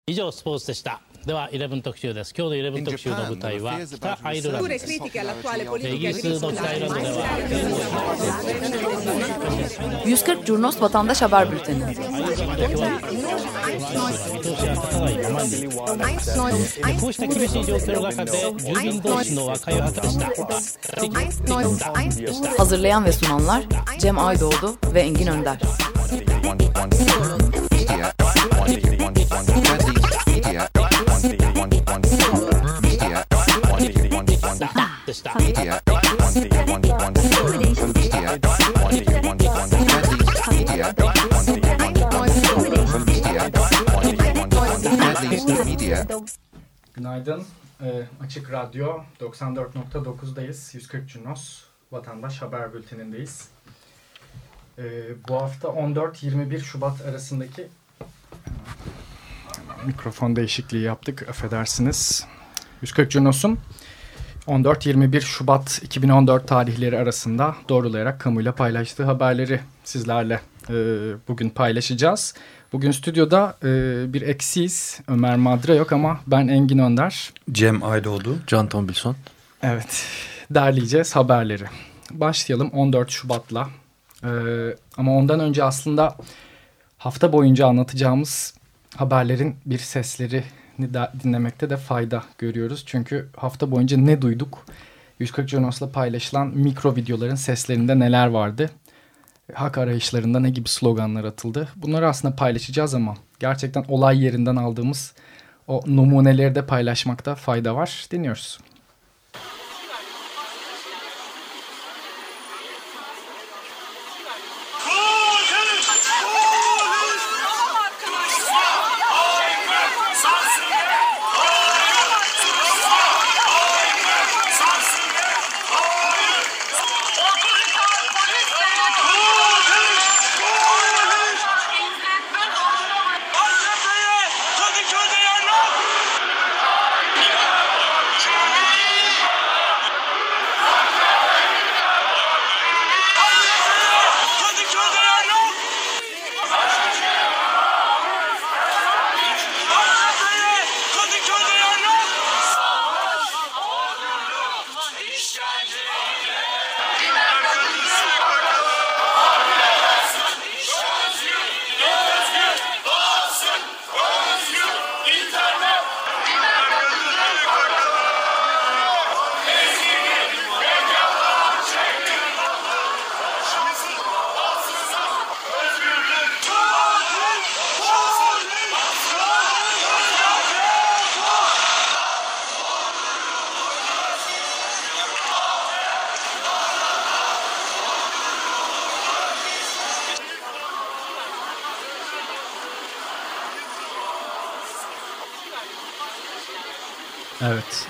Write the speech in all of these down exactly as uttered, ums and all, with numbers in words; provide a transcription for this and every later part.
以上スポーツでした。ではじゅういち特集です。今日のじゅういち特集の舞台は北アイルランドです。イギリスの北アイルランドでは yüz kırk Curnos Vatandaş Haber Bülteni. Hazırlayan ve sunanlar Cem Aydoğdu ve Engin Önder. Günaydın. Ee, Açık Radyo doksan dört nokta dokuzdayız. yüz kırk Curnos Vatandaş Haber Bülteni'ndeyiz. Ee, bu hafta on dört yirmi bir Şubat arasındaki mikrofon değişikliği yaptık. Affedersiniz. yüz kırk Curnos'un on dört yirmi bir Şubat iki bin on dört tarihleri arasında doğrulayarak kamuyla paylaştığı haberleri sizlerle e, bugün paylaşacağız. Bugün stüdyoda e, bir eksiyiz. Ömer Madra yok ama ben Engin Önder. Cem Aydoğdu. Can Tombilson. Evet, derleyeceğiz haberleri. Başlayalım on dört Şubat'la. E, ama ondan önce aslında hafta boyunca anlatacağımız haberlerin bir seslerini dinlemekte de fayda görüyoruz. Çünkü hafta boyunca ne duyduk? yüz kırk Curnos'la paylaşılan mikro videoların seslerinde neler vardı? Hak arayışlarında ne gibi sloganlar atıldı? Bunları aslında paylaşacağız ama gerçekten olay yerinden aldığımız o numuneleri de paylaşmakta fayda var. Dinliyoruz. Evet,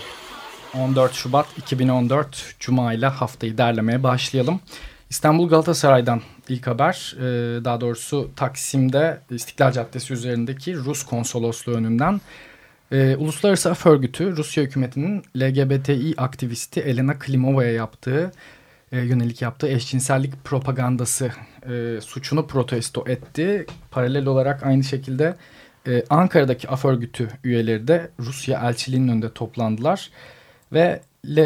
on dört Şubat iki bin on dört Cuma ile haftayı derlemeye başlayalım. İstanbul Galatasaray'dan ilk haber, daha doğrusu Taksim'de İstiklal Caddesi üzerindeki Rus konsolosluğu önünden Uluslararası Af Örgütü Rusya hükümetinin L G B T İ aktivisti Elena Klimova'ya yaptığı, yönelik yaptığı eşcinsellik propagandası suçunu protesto etti. Paralel olarak aynı şekilde Ee, Ankara'daki Af Örgütü üyeleri de Rusya elçiliğinin önünde toplandılar ve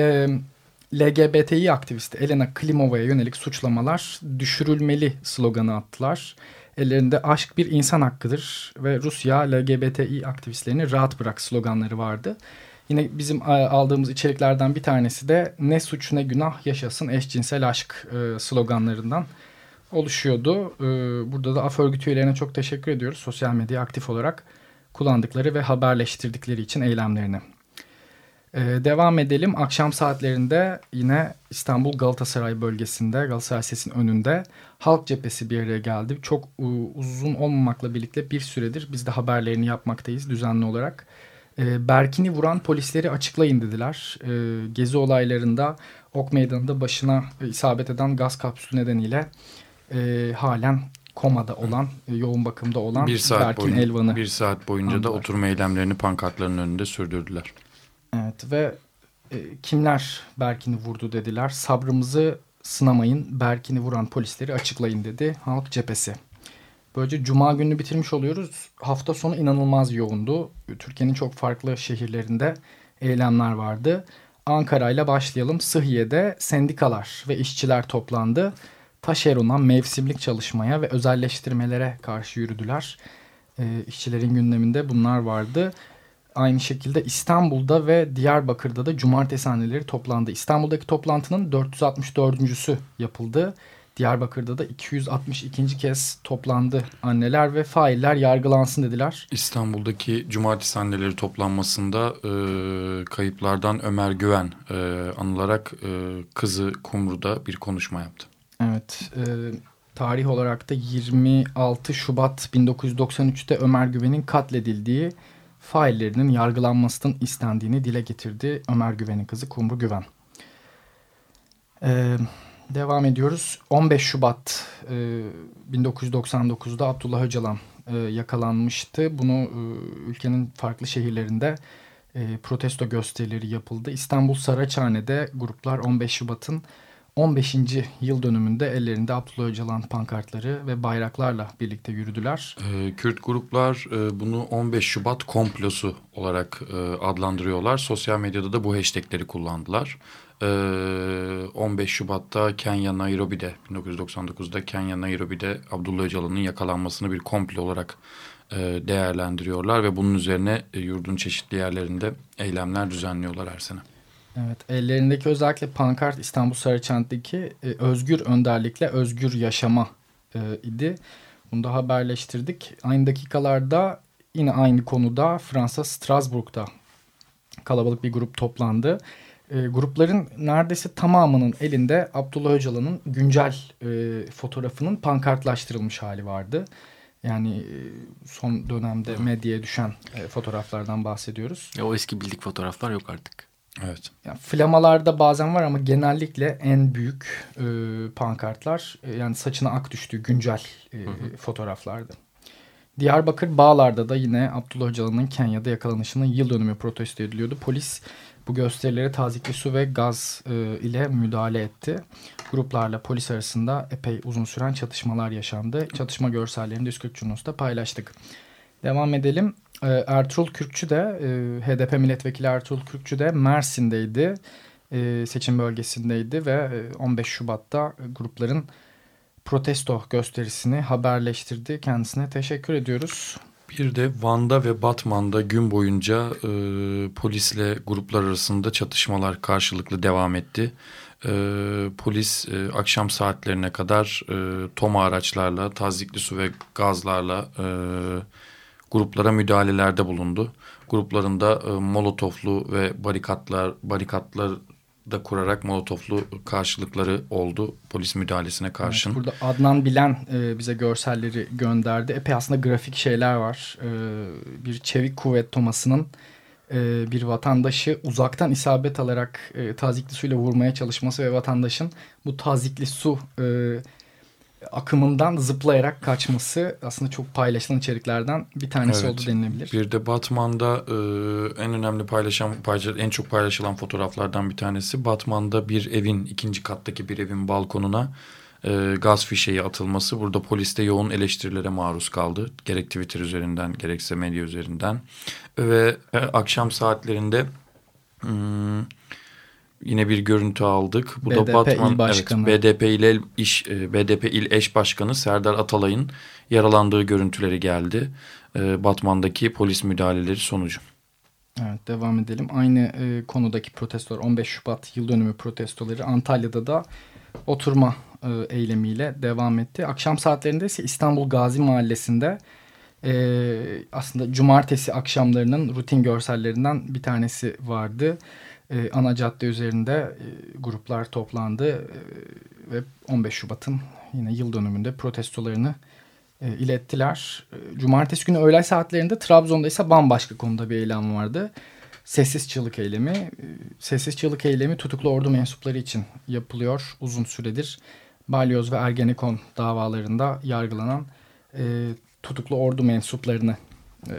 L G B T İ aktivisti Elena Klimova'ya yönelik suçlamalar düşürülmeli sloganı attılar. Ellerinde aşk bir insan hakkıdır ve Rusya L G B T İ aktivistlerini rahat bırak sloganları vardı. Yine bizim aldığımız içeriklerden bir tanesi de ne suç ne günah yaşasın eşcinsel aşk e, sloganlarından oluşuyordu. Burada da Af Örgütü üyelerine çok teşekkür ediyoruz. Sosyal medyayı aktif olarak kullandıkları ve haberleştirdikleri için eylemlerini. Devam edelim. Akşam saatlerinde yine İstanbul Galatasaray bölgesinde, Galatasaray Sesi'nin önünde Halk Cephesi bir araya geldi. Çok uzun olmamakla birlikte bir süredir biz de haberlerini yapmaktayız düzenli olarak. Berkin'i vuran polisleri açıklayın dediler. Gezi olaylarında Ok Meydanı'nda başına isabet eden gaz kapsülü nedeniyle E, halen komada olan, e, yoğun bakımda olan bir saat Berkin boyunca, Elvan'ı bir saat boyunca andılar. Da oturma eylemlerini pankartların önünde sürdürdüler. Evet ve e, kimler Berkin'i vurdu dediler. Sabrımızı sınamayın, Berkin'i vuran polisleri açıklayın dedi Halk Cephesi. Böylece Cuma gününü bitirmiş oluyoruz. Hafta sonu inanılmaz yoğundu. Türkiye'nin çok farklı şehirlerinde eylemler vardı. Ankara ile başlayalım. Sıhhiye'de sendikalar ve işçiler toplandı. Taşerona, mevsimlik çalışmaya ve özelleştirmelere karşı yürüdüler. E, işçilerin gündeminde bunlar vardı. Aynı şekilde İstanbul'da ve Diyarbakır'da da cumartesi anneleri toplandı. İstanbul'daki toplantının dört yüz altmış dördüncüsü yapıldı. Diyarbakır'da da iki yüz altmış ikinci kez toplandı. Anneler ve failler yargılansın dediler. İstanbul'daki cumartesi anneleri toplanmasında e, kayıplardan Ömer Güven e, anılarak e, kızı Kumru'da bir konuşma yaptı. Evet, e, tarih olarak da yirmi altı Şubat bin dokuz yüz doksan üçte Ömer Güven'in katledildiği, faillerinin yargılanmasının istendiğini dile getirdi Ömer Güven'in kızı Kumru Güven. Ee, devam ediyoruz. on beş Şubat e, bin dokuz yüz doksan dokuzda Abdullah Öcalan e, yakalanmıştı. Bunu e, ülkenin farklı şehirlerinde e, protesto gösterileri yapıldı. İstanbul Saraçhane'de gruplar on beş Şubat'ın on beşinci yıl dönümünde ellerinde Abdullah Öcalan pankartları ve bayraklarla birlikte yürüdüler. Ee, Kürt gruplar e, bunu on beş Şubat komplosu olarak e, adlandırıyorlar. Sosyal medyada da bu hashtagleri kullandılar. E, on beş Şubat'ta Kenya Nairobi'de, bin dokuz yüz doksan dokuzda Kenya Nairobi'de Abdullah Öcalan'ın yakalanmasını bir komplo olarak e, değerlendiriyorlar ve bunun üzerine e, yurdun çeşitli yerlerinde eylemler düzenliyorlar her sene. Evet, ellerindeki özellikle pankart İstanbul Saraçhane'deki e, özgür önderlikle özgür yaşama e, idi. Bunu da haberleştirdik. Aynı dakikalarda yine aynı konuda Fransa Strasbourg'da kalabalık bir grup toplandı. E, grupların neredeyse tamamının elinde Abdullah Öcalan'ın güncel e, fotoğrafının pankartlaştırılmış hali vardı. Yani e, son dönemde medyaya düşen e, fotoğraflardan bahsediyoruz. E, o eski bildik fotoğraflar yok artık. Evet. Yani flamalarda bazen var ama genellikle en büyük e, pankartlar e, yani saçına ak düştüğü güncel e, hı hı. fotoğraflardı. Diyarbakır Bağlar'da da yine Abdullah Öcalan'ın Kenya'da yakalanışının yıl dönümü protesto ediliyordu. Polis bu gösterilere tazikli su ve gaz e, ile müdahale etti. Gruplarla polis arasında epey uzun süren çatışmalar yaşandı. Çatışma görsellerini de üç kırk Cunos'ta paylaştık. Devam edelim. Ertuğrul Kürkçü de H D P milletvekili Ertuğrul Kürkçü de Mersin'deydi. Seçim bölgesindeydi ve on beş Şubat'ta grupların protesto gösterisini haberleştirdi. Kendisine teşekkür ediyoruz. Bir de Van'da ve Batman'da gün boyunca e, polisle gruplar arasında çatışmalar karşılıklı devam etti. E, polis e, akşam saatlerine kadar e, TOMA araçlarla, tazyikli su ve gazlarla e, gruplara müdahalelerde bulundu. Gruplarında e, molotoflu ve barikatlar barikatlar da kurarak molotoflu karşılıkları oldu polis müdahalesine karşın. Evet, burada Adnan Bilen e, bize görselleri gönderdi. Epey aslında grafik şeyler var. E, bir çevik kuvvet tomasının e, bir vatandaşı uzaktan isabet alarak e, tazikli suyla vurmaya çalışması ve vatandaşın bu tazikli su e, akımından zıplayarak kaçması aslında çok paylaşılan içeriklerden bir tanesi evet. oldu denilebilir. Bir de Batman'da e, en önemli paylaşan, en çok paylaşılan fotoğraflardan bir tanesi. Batman'da bir evin, ikinci kattaki bir evin balkonuna e, gaz fişeği atılması. Burada polis de yoğun eleştirilere maruz kaldı. Gerek Twitter üzerinden gerekse medya üzerinden. Ve e, akşam saatlerinde... Hmm, yine bir görüntü aldık. Bu B D P da Batman İl Başkanı. Evet, B D P İl İş B D P İl Eş Başkanı Serdar Atalay'ın yaralandığı görüntüleri geldi. Ee, Batman'daki polis müdahaleleri sonucu. Evet, devam edelim. Aynı e, konudaki protestolar on beş Şubat yıl dönümü protestoları Antalya'da da oturma e, eylemiyle devam etti. Akşam saatlerinde ise İstanbul Gazi Mahallesi'nde e, aslında cumartesi akşamlarının rutin görsellerinden bir tanesi vardı. Ee, ana cadde üzerinde e, gruplar toplandı e, ve on beş Şubat'ın yine yıl dönümünde protestolarını e, ilettiler. E, Cumartesi günü öğle saatlerinde Trabzon'da ise bambaşka konuda bir eylem vardı. Sessiz çığlık eylemi. E, sessiz çığlık eylemi tutuklu ordu mensupları için yapılıyor uzun süredir. Balyoz ve Ergenekon davalarında yargılanan e, tutuklu ordu mensuplarını e,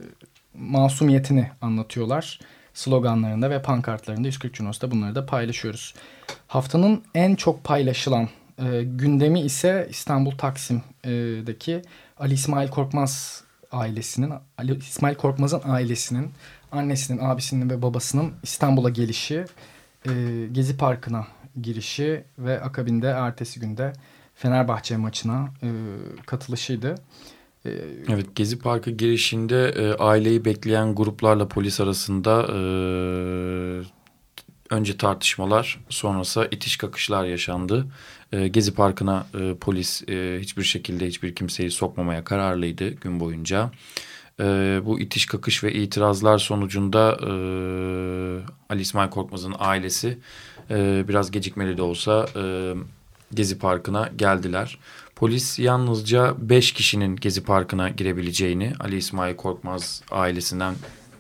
masumiyetini anlatıyorlar. Sloganlarında ve pankartlarında yüz kırk Cunos'ta bunları da paylaşıyoruz. Haftanın en çok paylaşılan E, gündemi ise İstanbul Taksim'deki Ali İsmail Korkmaz ailesinin, Ali İsmail Korkmaz'ın ailesinin, annesinin, abisinin ve babasının İstanbul'a gelişi, e, Gezi Parkı'na girişi ve akabinde ertesi günde Fenerbahçe maçına e, katılışıydı. E, evet, Gezi Parkı girişinde e, aileyi bekleyen gruplarla polis arasında e, önce tartışmalar, sonrası itiş kakışlar yaşandı. E, Gezi Parkı'na e, polis e, hiçbir şekilde hiçbir kimseyi sokmamaya kararlıydı gün boyunca. E, bu itiş kakış ve itirazlar sonucunda e, Ali İsmail Korkmaz'ın ailesi e, biraz gecikmeli de olsa e, Gezi Parkı'na geldiler. Polis yalnızca beş kişinin Gezi Parkı'na girebileceğini, Ali İsmail Korkmaz ailesinden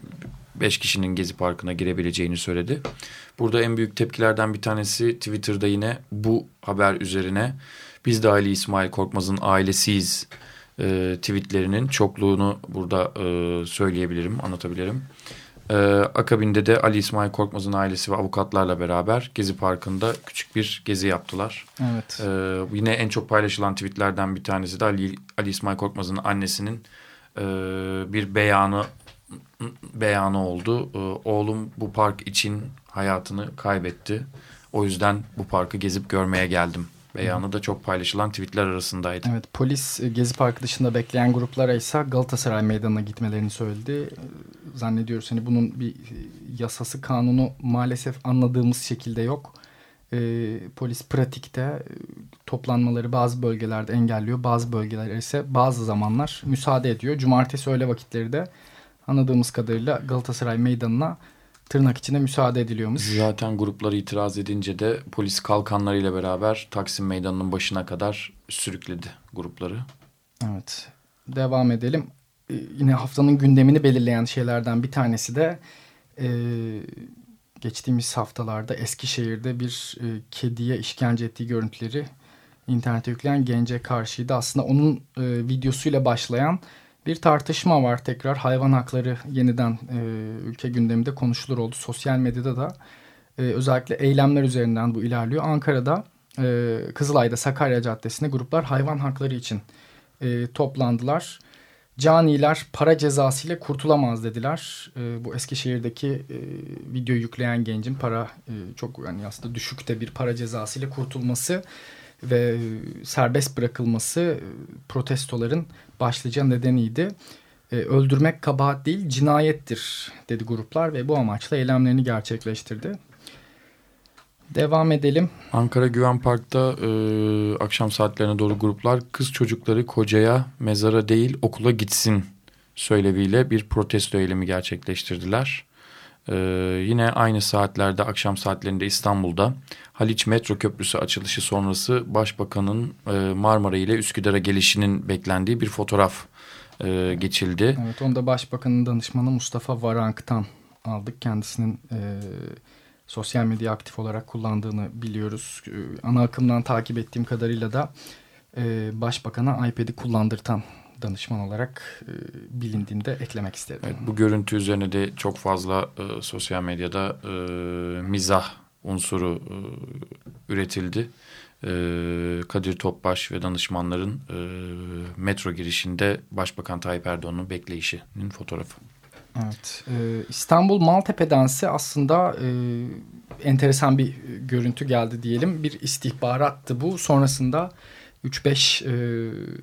beş kişinin Gezi Parkı'na girebileceğini söyledi. Burada en büyük tepkilerden bir tanesi Twitter'da yine bu haber üzerine "Biz de Ali İsmail Korkmaz'ın ailesiyiz" e, tweetlerinin çokluğunu burada e, söyleyebilirim, anlatabilirim. E, akabinde de Ali İsmail Korkmaz'ın ailesi ve avukatlarla beraber Gezi Parkı'nda küçük bir gezi yaptılar. Evet. E, yine en çok paylaşılan tweetlerden bir tanesi de Ali, Ali İsmail Korkmaz'ın annesinin e, bir beyanı beyanı oldu. E, oğlum bu park için hayatını kaybetti. O yüzden bu parkı gezip görmeye geldim. Beyanı da çok paylaşılan tweetler arasındaydı. Evet, polis Gezi Parkı dışında bekleyen gruplara ise Galatasaray Meydanı'na gitmelerini söyledi. Zannediyoruz hani bunun bir yasası, kanunu maalesef anladığımız şekilde yok. Ee, polis pratikte toplanmaları bazı bölgelerde engelliyor. Bazı bölgeler ise bazı zamanlar müsaade ediyor. Cumartesi öğle vakitleri de anladığımız kadarıyla Galatasaray Meydanı'na tırnak içinde müsaade ediliyormuş. Zaten grupları itiraz edince de polis kalkanlarıyla beraber Taksim Meydanı'nın başına kadar sürükledi grupları. Evet. Devam edelim. Ee, yine haftanın gündemini belirleyen şeylerden bir tanesi de e, geçtiğimiz haftalarda Eskişehir'de bir e, kediye işkence ettiği görüntüleri internete yükleyen gence karşıydı. Aslında onun e, videosuyla başlayan bir tartışma var. Tekrar hayvan hakları yeniden e, ülke gündeminde konuşulur oldu. Sosyal medyada da e, özellikle eylemler üzerinden bu ilerliyor. Ankara'da e, Kızılay'da Sakarya Caddesi'nde gruplar hayvan hakları için e, toplandılar. Caniler para cezası ile kurtulamaz dediler. E, bu Eskişehir'deki e, video yükleyen gencin para e, çok yani aslında düşükte bir para cezası ile kurtulması ve serbest bırakılması protestoların başlıca nedeniydi. E, öldürmek kabahat değil, cinayettir dedi gruplar ve bu amaçla eylemlerini gerçekleştirdi. Devam edelim. Ankara Güven Park'ta e, akşam saatlerine doğru gruplar kız çocukları kocaya, mezara değil okula gitsin söyleviyle bir protesto eylemi gerçekleştirdiler. Ee, yine aynı saatlerde akşam saatlerinde İstanbul'da Haliç Metro Köprüsü açılışı sonrası Başbakan'ın e, Marmara ile Üsküdar'a gelişinin beklendiği bir fotoğraf e, geçildi. Evet, onu da Başbakan'ın danışmanı Mustafa Varank'tan aldık. Kendisinin e, sosyal medya aktif olarak kullandığını biliyoruz. E, ana akımdan takip ettiğim kadarıyla da e, Başbakan'a iPad'i kullandırtan danışman olarak e, bilindiğini de eklemek istedim. Evet, bu görüntü üzerine de çok fazla e, sosyal medyada e, mizah unsuru e, üretildi. E, Kadir Topbaş ve danışmanların e, metro girişinde Başbakan Tayyip Erdoğan'ın bekleyişinin fotoğrafı. Evet, e, İstanbul Maltepe'dense aslında e, enteresan bir görüntü geldi diyelim. Bir istihbarattı bu. Sonrasında üç beş e,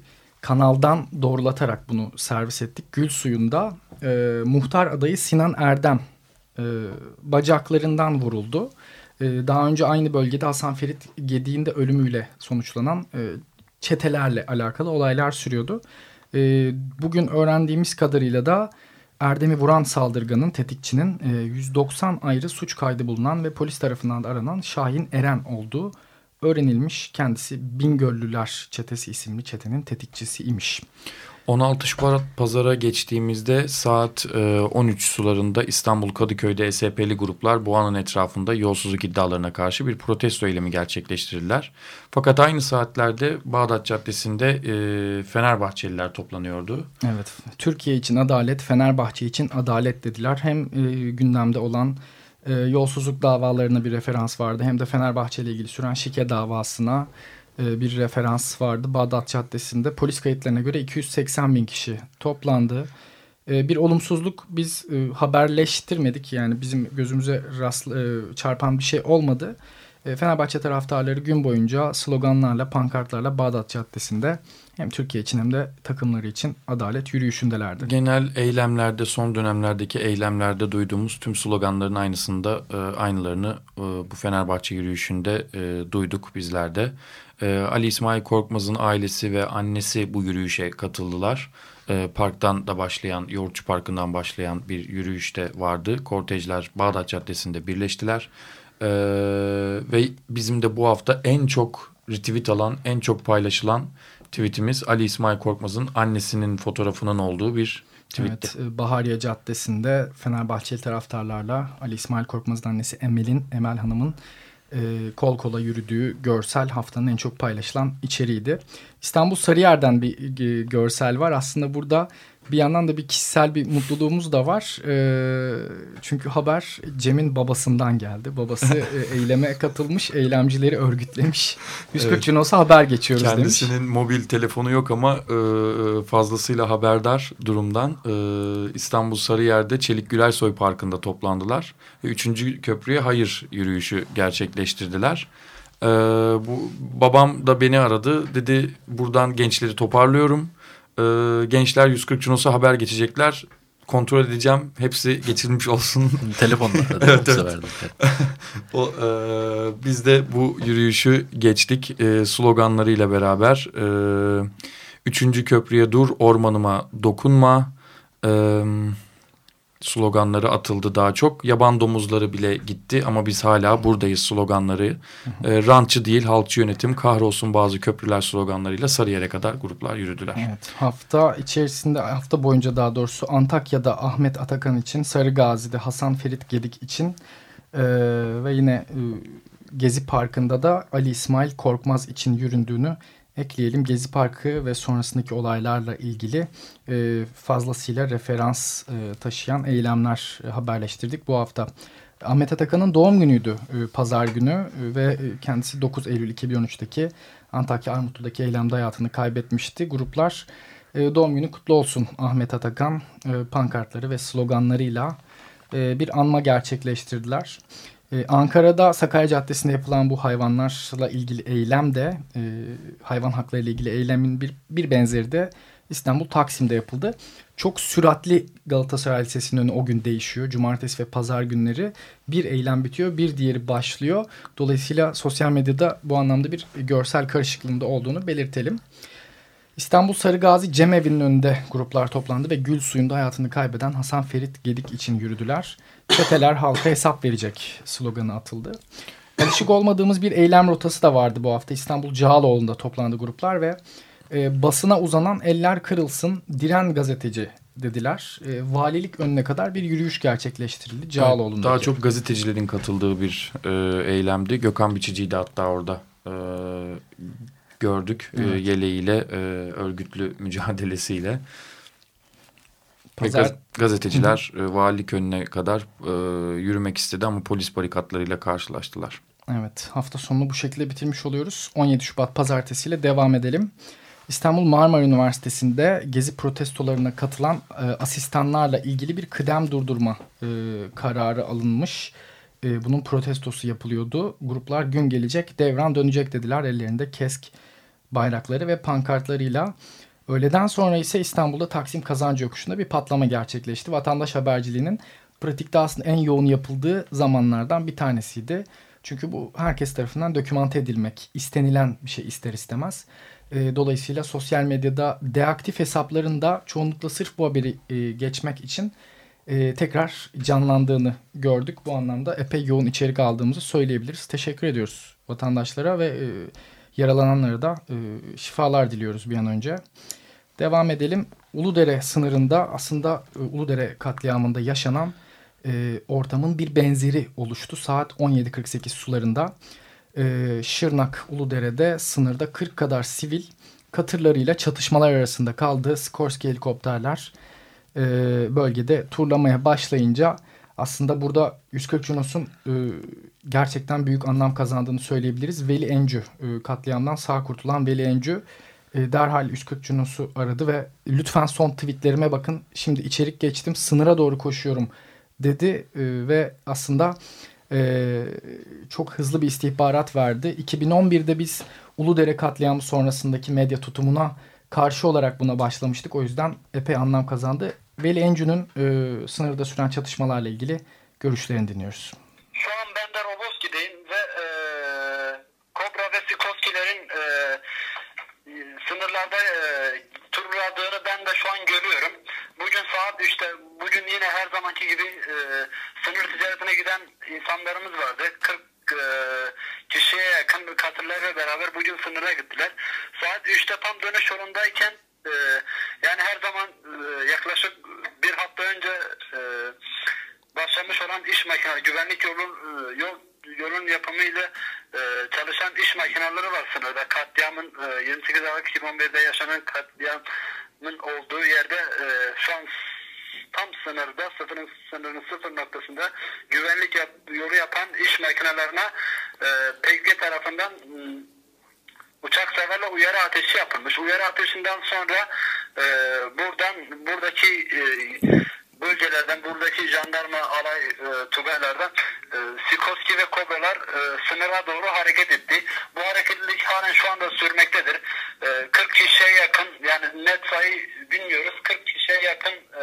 kanaldan doğrulatarak bunu servis ettik. Gül Suyu'nda e, muhtar adayı Sinan Erdem e, bacaklarından vuruldu. E, daha önce aynı bölgede Hasan Ferit Gedi'nin de ölümüyle sonuçlanan e, çetelerle alakalı olaylar sürüyordu. E, bugün öğrendiğimiz kadarıyla da Erdem'i vuran saldırganın, tetikçinin e, yüz doksan ayrı suç kaydı bulunan ve polis tarafından da aranan Şahin Eren olduğu öğrenilmiş. Kendisi Bingöllüler Çetesi isimli çetenin tetikçisi imiş. on altı Şubat pazara geçtiğimizde saat on üç sularında İstanbul Kadıköy'de S H P'li gruplar Boğa'nın etrafında yolsuzluk iddialarına karşı bir protesto eylemi gerçekleştirdiler. Fakat aynı saatlerde Bağdat Caddesi'nde Fenerbahçeliler toplanıyordu. Evet, Türkiye için adalet, Fenerbahçe için adalet dediler. Hem e, gündemde olan e, yolsuzluk davalarına bir referans vardı, hem de Fenerbahçe ile ilgili süren şike davasına e, bir referans vardı. Bağdat Caddesi'nde polis kayıtlarına göre iki yüz seksen bin kişi toplandı. E, bir olumsuzluk biz e, haberleştirmedik, yani bizim gözümüze rast, e, çarpan bir şey olmadı. E, Fenerbahçe taraftarları gün boyunca sloganlarla, pankartlarla Bağdat Caddesi'nde hem Türkiye için hem de takımları için adalet yürüyüşündelerdi. Genel eylemlerde, son dönemlerdeki eylemlerde duyduğumuz tüm sloganların aynısında e, aynılarını e, bu Fenerbahçe yürüyüşünde e, duyduk bizler de. E, Ali İsmail Korkmaz'ın ailesi ve annesi bu yürüyüşe katıldılar. E, parktan da başlayan, Yoğurtçu Parkı'ndan başlayan bir yürüyüşte vardı. Kortejler Bağdat Caddesi'nde birleştiler. E, ve bizim de bu hafta en çok retweet alan, en çok paylaşılan tweetimiz Ali İsmail Korkmaz'ın annesinin fotoğrafının olduğu bir tweetti. Evet, Bahariye Caddesi'nde Fenerbahçeli taraftarlarla Ali İsmail Korkmaz'ın annesi Emel'in, Emel Hanım'ın e, kol kola yürüdüğü görsel haftanın en çok paylaşılan içeriğiydi. İstanbul Sarıyer'den bir e, görsel var. Aslında burada bir yandan da bir kişisel bir mutluluğumuz da var. E, çünkü haber Cem'in babasından geldi. Babası e, eyleme katılmış, eylemcileri örgütlemiş. yüz kırk evet. gün olsa haber geçiyoruz Kendisinin demiş. Kendisinin mobil telefonu yok ama e, fazlasıyla haberdar durumdan. E, İstanbul Sarıyer'de Çelik Gülersoy Parkı'nda toplandılar. Üçüncü köprüye hayır yürüyüşü gerçekleştirdiler. E, bu babam da beni aradı. Dedi buradan gençleri toparlıyorum. Ee, gençler yüz kırk Cunos'a haber geçecekler. Kontrol edeceğim. Hepsi geçirilmiş olsun. Telefonla da evet, evet. o, e, biz de bu yürüyüşü geçtik. E, sloganlarıyla beraber. E, üçüncü köprüye dur, ormanıma dokunma. E, sloganları atıldı daha çok. Yaban domuzları bile gitti ama biz hala buradayız sloganları. E, rantçı değil, halkçı yönetim, kahrolsun bazı köprüler sloganlarıyla Sarıyer'e kadar gruplar yürüdüler. Evet, hafta içerisinde, hafta boyunca daha doğrusu Antakya'da Ahmet Atakan için, Sarıgazi'de Hasan Ferit Gedik için e, ve yine e, Gezi Parkı'nda da Ali İsmail Korkmaz için yüründüğünü ekleyelim. Gezi Parkı ve sonrasındaki olaylarla ilgili e, fazlasıyla referans e, taşıyan eylemler e, haberleştirdik bu hafta. Ahmet Atakan'ın doğum günüydü e, pazar günü e, ve kendisi dokuz Eylül iki bin on üçteki Antakya Armutlu'daki eylemde hayatını kaybetmişti. Gruplar e, doğum günü kutlu olsun Ahmet Atakan e, pankartları ve sloganlarıyla e, bir anma gerçekleştirdiler. Ee, Ankara'da Sakarya Caddesi'nde yapılan bu hayvanlarla ilgili eylem de e, hayvan hakları ile ilgili eylemin bir, bir benzeri de İstanbul Taksim'de yapıldı. Çok süratli Galatasaray Lisesi'nin önü o gün değişiyor. Cumartesi ve pazar günleri bir eylem bitiyor, bir diğeri başlıyor. Dolayısıyla sosyal medyada bu anlamda bir görsel karışıklığında olduğunu belirtelim. İstanbul Sarıgazi Cemevi'nin önünde gruplar toplandı ve gül suyunda hayatını kaybeden Hasan Ferit Gedik için yürüdüler. Çeteler halka hesap verecek sloganı atıldı. Alışık olmadığımız bir eylem rotası da vardı bu hafta. İstanbul Cağaloğlu'nda toplandı gruplar ve e, basına uzanan eller kırılsın, diren gazeteci dediler. E, valilik önüne kadar bir yürüyüş gerçekleştirildi Cağaloğlu'nda. Daha çok gazetecilerin katıldığı bir e, eylemdi. Gökhan Biçici'yi de hatta orada e, gördük. Evet. E, yeleğiyle, e, örgütlü mücadelesiyle. Pazar... Gaz, gazeteciler e, valilik önüne kadar e, yürümek istedi ama polis barikatlarıyla karşılaştılar. Evet, hafta sonunu bu şekilde bitirmiş oluyoruz. on yedi Şubat pazartesiyle devam edelim. İstanbul Marmara Üniversitesi'nde gezi protestolarına katılan e, asistanlarla ilgili bir kıdem durdurma e, kararı alınmış. E, bunun protestosu yapılıyordu. Gruplar gün gelecek, devran dönecek dediler. Ellerinde kesk bayrakları ve pankartlarıyla. Öğleden sonra ise İstanbul'da Taksim Kazancı Yokuşu'nda bir patlama gerçekleşti. Vatandaş haberciliğinin pratikte aslında en yoğun yapıldığı zamanlardan bir tanesiydi. Çünkü bu herkes tarafından dokümante edilmek istenilen bir şey ister istemez. E, dolayısıyla sosyal medyada deaktif hesaplarında çoğunlukla sırf bu haberi e, geçmek için e, tekrar canlandığını gördük. Bu anlamda epey yoğun içerik aldığımızı söyleyebiliriz. Teşekkür ediyoruz vatandaşlara ve e, yaralananlara da e, şifalar diliyoruz bir an önce. Devam edelim. Uludere sınırında aslında e, Uludere katliamında yaşanan e, ortamın bir benzeri oluştu. Saat on yedi kırk sekiz sularında e, Şırnak Uludere'de sınırda kırk kadar sivil katırlarıyla çatışmalar arasında kaldı. Skorsky helikopterler e, bölgede turlamaya başlayınca Aslında burada yüz kırk Cunos'un e, gerçekten büyük anlam kazandığını söyleyebiliriz. Veli Encü e, katliamdan sağ kurtulan Veli Encü e, derhal yüz kırk Cunos'u aradı ve lütfen son tweetlerime bakın, şimdi içerik geçtim, sınıra doğru koşuyorum dedi e, ve aslında e, çok hızlı bir istihbarat verdi. iki bin on birde biz Uludere katliamı sonrasındaki medya tutumuna karşı olarak buna başlamıştık. O yüzden epey anlam kazandı. Veli Encü'nün e, sınırda süren çatışmalarla ilgili görüşlerini dinliyoruz. Şu an ben de Roboski'deyim ve e, Kobra ve Sikoskilerin e, sınırlarda e, turladığını ben de şu an görüyorum. Bugün saat işte bugün yine her zamanki gibi e, sınır ticaretine giden insanlarımız vardı. kırk e, kişiye yakın katırlarla beraber bugün sınıra gittiler. Saat üçte tam dönüş yolundayken e, yani her zaman e, yaklaşık bir hafta önce e, başlamış olan iş makineleri, güvenlik yolun yol yolun yapımıyla e, çalışan iş makineleri var sınırda. Katliamın e, yirmi sekiz Aralık iki bin on birde yaşanan katliamın olduğu yerde e, şu an tam sınırda, sıfırın sınırın sıfır noktasında güvenlik yap, yolu yapan iş makinelerine e, P K K tarafından e, uçak seferle uyarı ateşi yapılmış. Uyarı ateşinden sonra e, buradan buradaki e, bölgelerden, buradaki jandarma alay e, tugaylardan e, Sikoski ve Kobralar e, sınıra doğru hareket etti. Bu hareketlilik halen şu anda sürmektedir. E, kırk kişiye yakın, yani net sayı bilmiyoruz, kırk kişiye yakın e,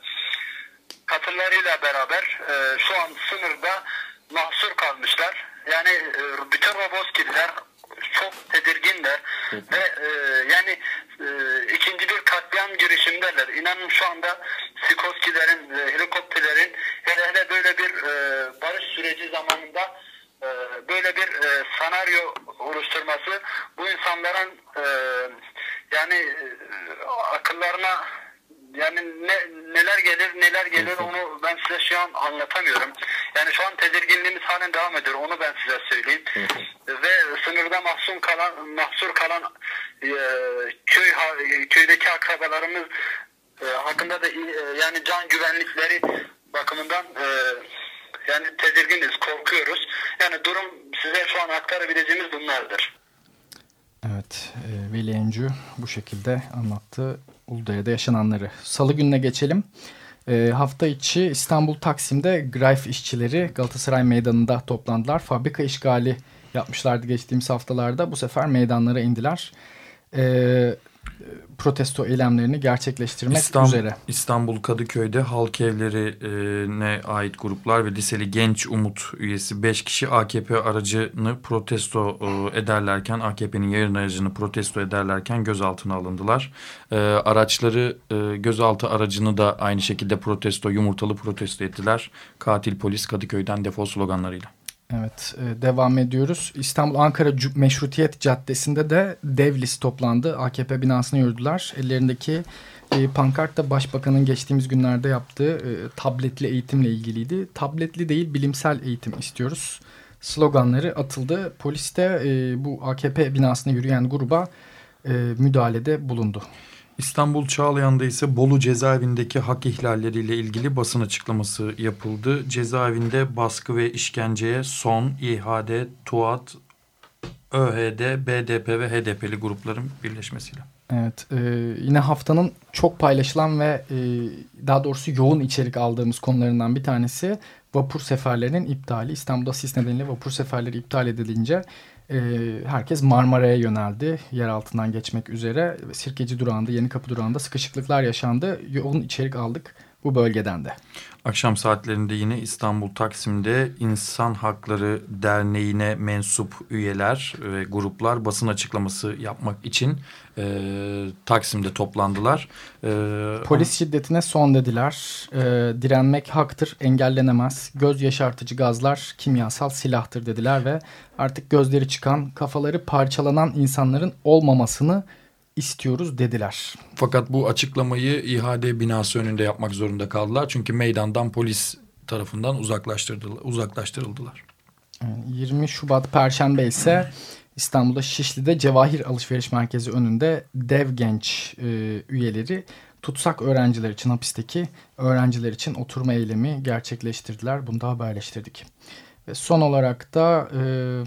katırlarıyla beraber e, şu an sınırda mahsur kalmışlar. Yani e, bütün Roboskiler çok tedirginler ve e, yani e, ikinci bir katliam girişimdeler. İnanın şu anda Sikoskilerin, e, helikopterlerin hele hele böyle bir e, barış süreci zamanında e, böyle bir e, senaryo oluşturması bu insanların e, yani e, akıllarına yani ne, neler gelir neler gelir onu ben size şu an anlatamıyorum. Yani şu an tedirginliğimiz halen devam ediyor. Onu ben size söyleyeyim. Ve sınırda mahsur kalan mahsur kalan e, köy köydeki akrabalarımız e, hakkında da e, yani can güvenlikleri bakımından e, yani tedirginiz, korkuyoruz. Yani durum size şu an aktarabileceğimiz bunlardır. Evet, e, Veli Encü bu şekilde anlattı Uludere'de yaşananları. Salı gününe geçelim. E, hafta içi İstanbul Taksim'de Greif işçileri Galatasaray Meydanı'nda toplandılar. Fabrika işgali yapmışlardı geçtiğimiz haftalarda. Bu sefer meydanlara indiler. E, protesto eylemlerini gerçekleştirmek İstanbul, üzere. İstanbul Kadıköy'de halk evlerine ait gruplar ve liseli Genç Umut üyesi beş kişi A K P aracını protesto ederlerken, A K P'nin yayın aracını protesto ederlerken gözaltına alındılar. Araçları, gözaltı aracını da aynı şekilde protesto, yumurtalı protesto ettiler. Katil polis Kadıköy'den defol sloganlarıyla. Evet, e, devam ediyoruz. İstanbul-Ankara Meşrutiyet Caddesi'nde de dev list toplandı. A K P binasını yürüdüler. Ellerindeki e, pankart da Başbakan'ın geçtiğimiz günlerde yaptığı e, tabletli eğitimle ilgiliydi. Tabletli değil, bilimsel eğitim istiyoruz sloganları atıldı. Polis de e, bu A K P binasına yürüyen gruba e, müdahalede bulundu. İstanbul Çağlayan'da ise Bolu cezaevindeki hak ihlalleriyle ilgili basın açıklaması yapıldı. Cezaevinde baskı ve işkenceye son İ H D, TUAD, Ö H D, B D P ve H D P'li grupların birleşmesiyle. Evet, e, yine haftanın çok paylaşılan ve e, daha doğrusu yoğun içerik aldığımız konularından bir tanesi vapur seferlerinin iptali. İstanbul'da sis nedeniyle vapur seferleri iptal edilince e, herkes Marmara'ya yöneldi. Yer altından geçmek üzere. Sirkeci durağında, Yenikapı durağında sıkışıklıklar yaşandı. Yoğun içerik aldık bu bölgeden de. Akşam saatlerinde yine İstanbul Taksim'de İnsan Hakları Derneği'ne mensup üyeler ve gruplar basın açıklaması yapmak için e, Taksim'de toplandılar. E, Polis şiddetine son dediler. E, direnmek haktır, engellenemez. Göz yaşartıcı gazlar kimyasal silahtır dediler ve artık gözleri çıkan, kafaları parçalanan insanların olmamasını istiyoruz dediler. Fakat bu açıklamayı İ H D binası önünde yapmak zorunda kaldılar. Çünkü meydandan polis tarafından uzaklaştırıldılar. uzaklaştırıldılar. yirmi Şubat Perşembe ise İstanbul'da Şişli'de Cevahir Alışveriş Merkezi önünde Dev Genç e, üyeleri tutsak öğrenciler için, hapisteki öğrenciler için oturma eylemi gerçekleştirdiler. Bunu da haberleştirdik. Ve son olarak da e,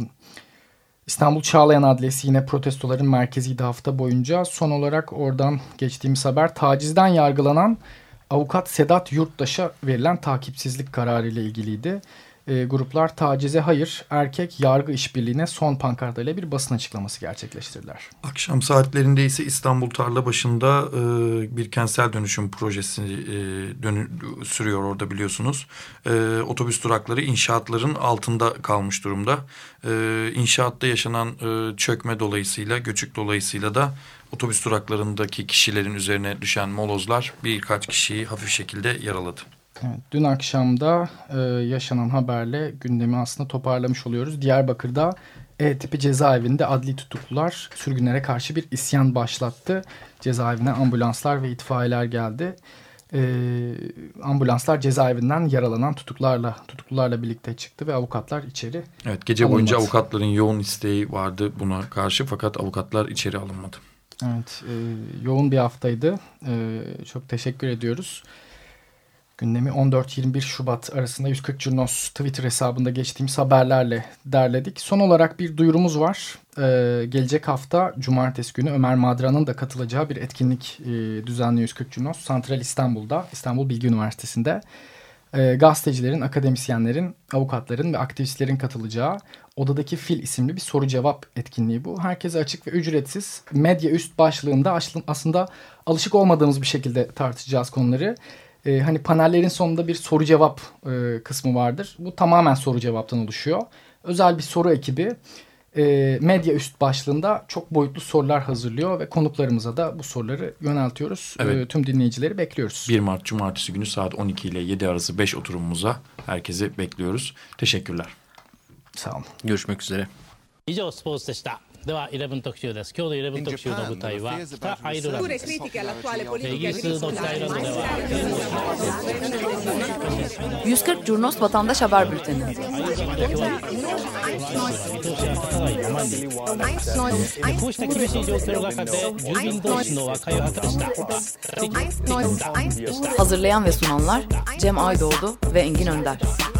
İstanbul Çağlayan Adliyesi yine protestoların merkeziydi hafta boyunca. Son olarak oradan geçtiğimiz haber, tacizden yargılanan avukat Sedat Yurttaş'a verilen takipsizlik kararı ile ilgiliydi. E, gruplar tacize hayır, erkek yargı işbirliğine son pankartıyla bir basın açıklaması gerçekleştirdiler. Akşam saatlerinde ise İstanbul Tarlabaşı'nda e, bir kentsel dönüşüm projesi e, dönü, sürüyor orada biliyorsunuz. E, otobüs durakları inşaatların altında kalmış durumda. E, inşaatta yaşanan e, çökme dolayısıyla, göçük dolayısıyla da otobüs duraklarındaki kişilerin üzerine düşen molozlar birkaç kişiyi hafif şekilde yaraladı. Evet, dün akşam da e, yaşanan haberle gündemi aslında toparlamış oluyoruz. Diyarbakır'da E tipi cezaevinde adli tutuklular sürgünlere karşı bir isyan başlattı. Cezaevine ambulanslar ve itfaiyeler geldi. E, ambulanslar cezaevinden yaralanan tutuklarla tutuklularla birlikte çıktı ve avukatlar içeri Evet, gece alınmadı. boyunca avukatların yoğun isteği vardı buna karşı, fakat avukatlar içeri alınmadı. Evet, e, yoğun bir haftaydı. E, çok teşekkür ediyoruz. Gündemi on dört yirmi bir Şubat arasında yüz kırk Curnos Twitter hesabında geçtiğimiz haberlerle derledik. Son olarak bir duyurumuz var. Ee, gelecek hafta Cumartesi günü Ömer Madra'nın da katılacağı bir etkinlik e, düzenliyor yüz kırk Curnos. Santral İstanbul'da, İstanbul Bilgi Üniversitesi'nde. E, gazetecilerin, akademisyenlerin, avukatların ve aktivistlerin katılacağı Odadaki Fil isimli bir soru cevap etkinliği bu. Herkese açık ve ücretsiz. Medya üst başlığında aslında alışık olmadığımız bir şekilde tartışacağız konuları. Ee, hani panellerin sonunda bir soru cevap e, kısmı vardır. Bu tamamen soru cevaptan oluşuyor. Özel bir soru ekibi e, medya üst başlığında çok boyutlu sorular hazırlıyor ve konuklarımıza da bu soruları yöneltiyoruz. Evet. E, tüm dinleyicileri bekliyoruz. bir Mart Cumartesi günü saat on iki ile yedi arası beş oturumumuza herkesi bekliyoruz. Teşekkürler. Sağ olun. Görüşmek üzere. 以上スポーツでした。ではじゅういち特集です。今日のじゅういち特集の舞台は北アイルランドです。イギリスの北アイルランドでは yüz kırk Curnos Vatandaş Haber Bülteni. こうした厳しい状況の中で住民同士の和解を図りした。 Hazırlayan ve sunanlar Cem Aydoğdu ve Engin Önder.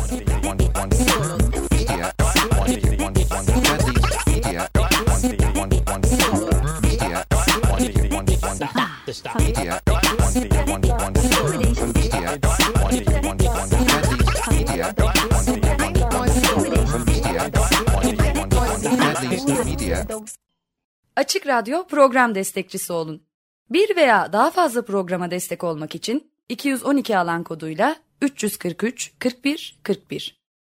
Açık Radyo program destekçisi olun. Bir veya daha fazla programa destek olmak için iki yüz on iki alan koduyla üç yüz kırk üç kırk bir kırk bir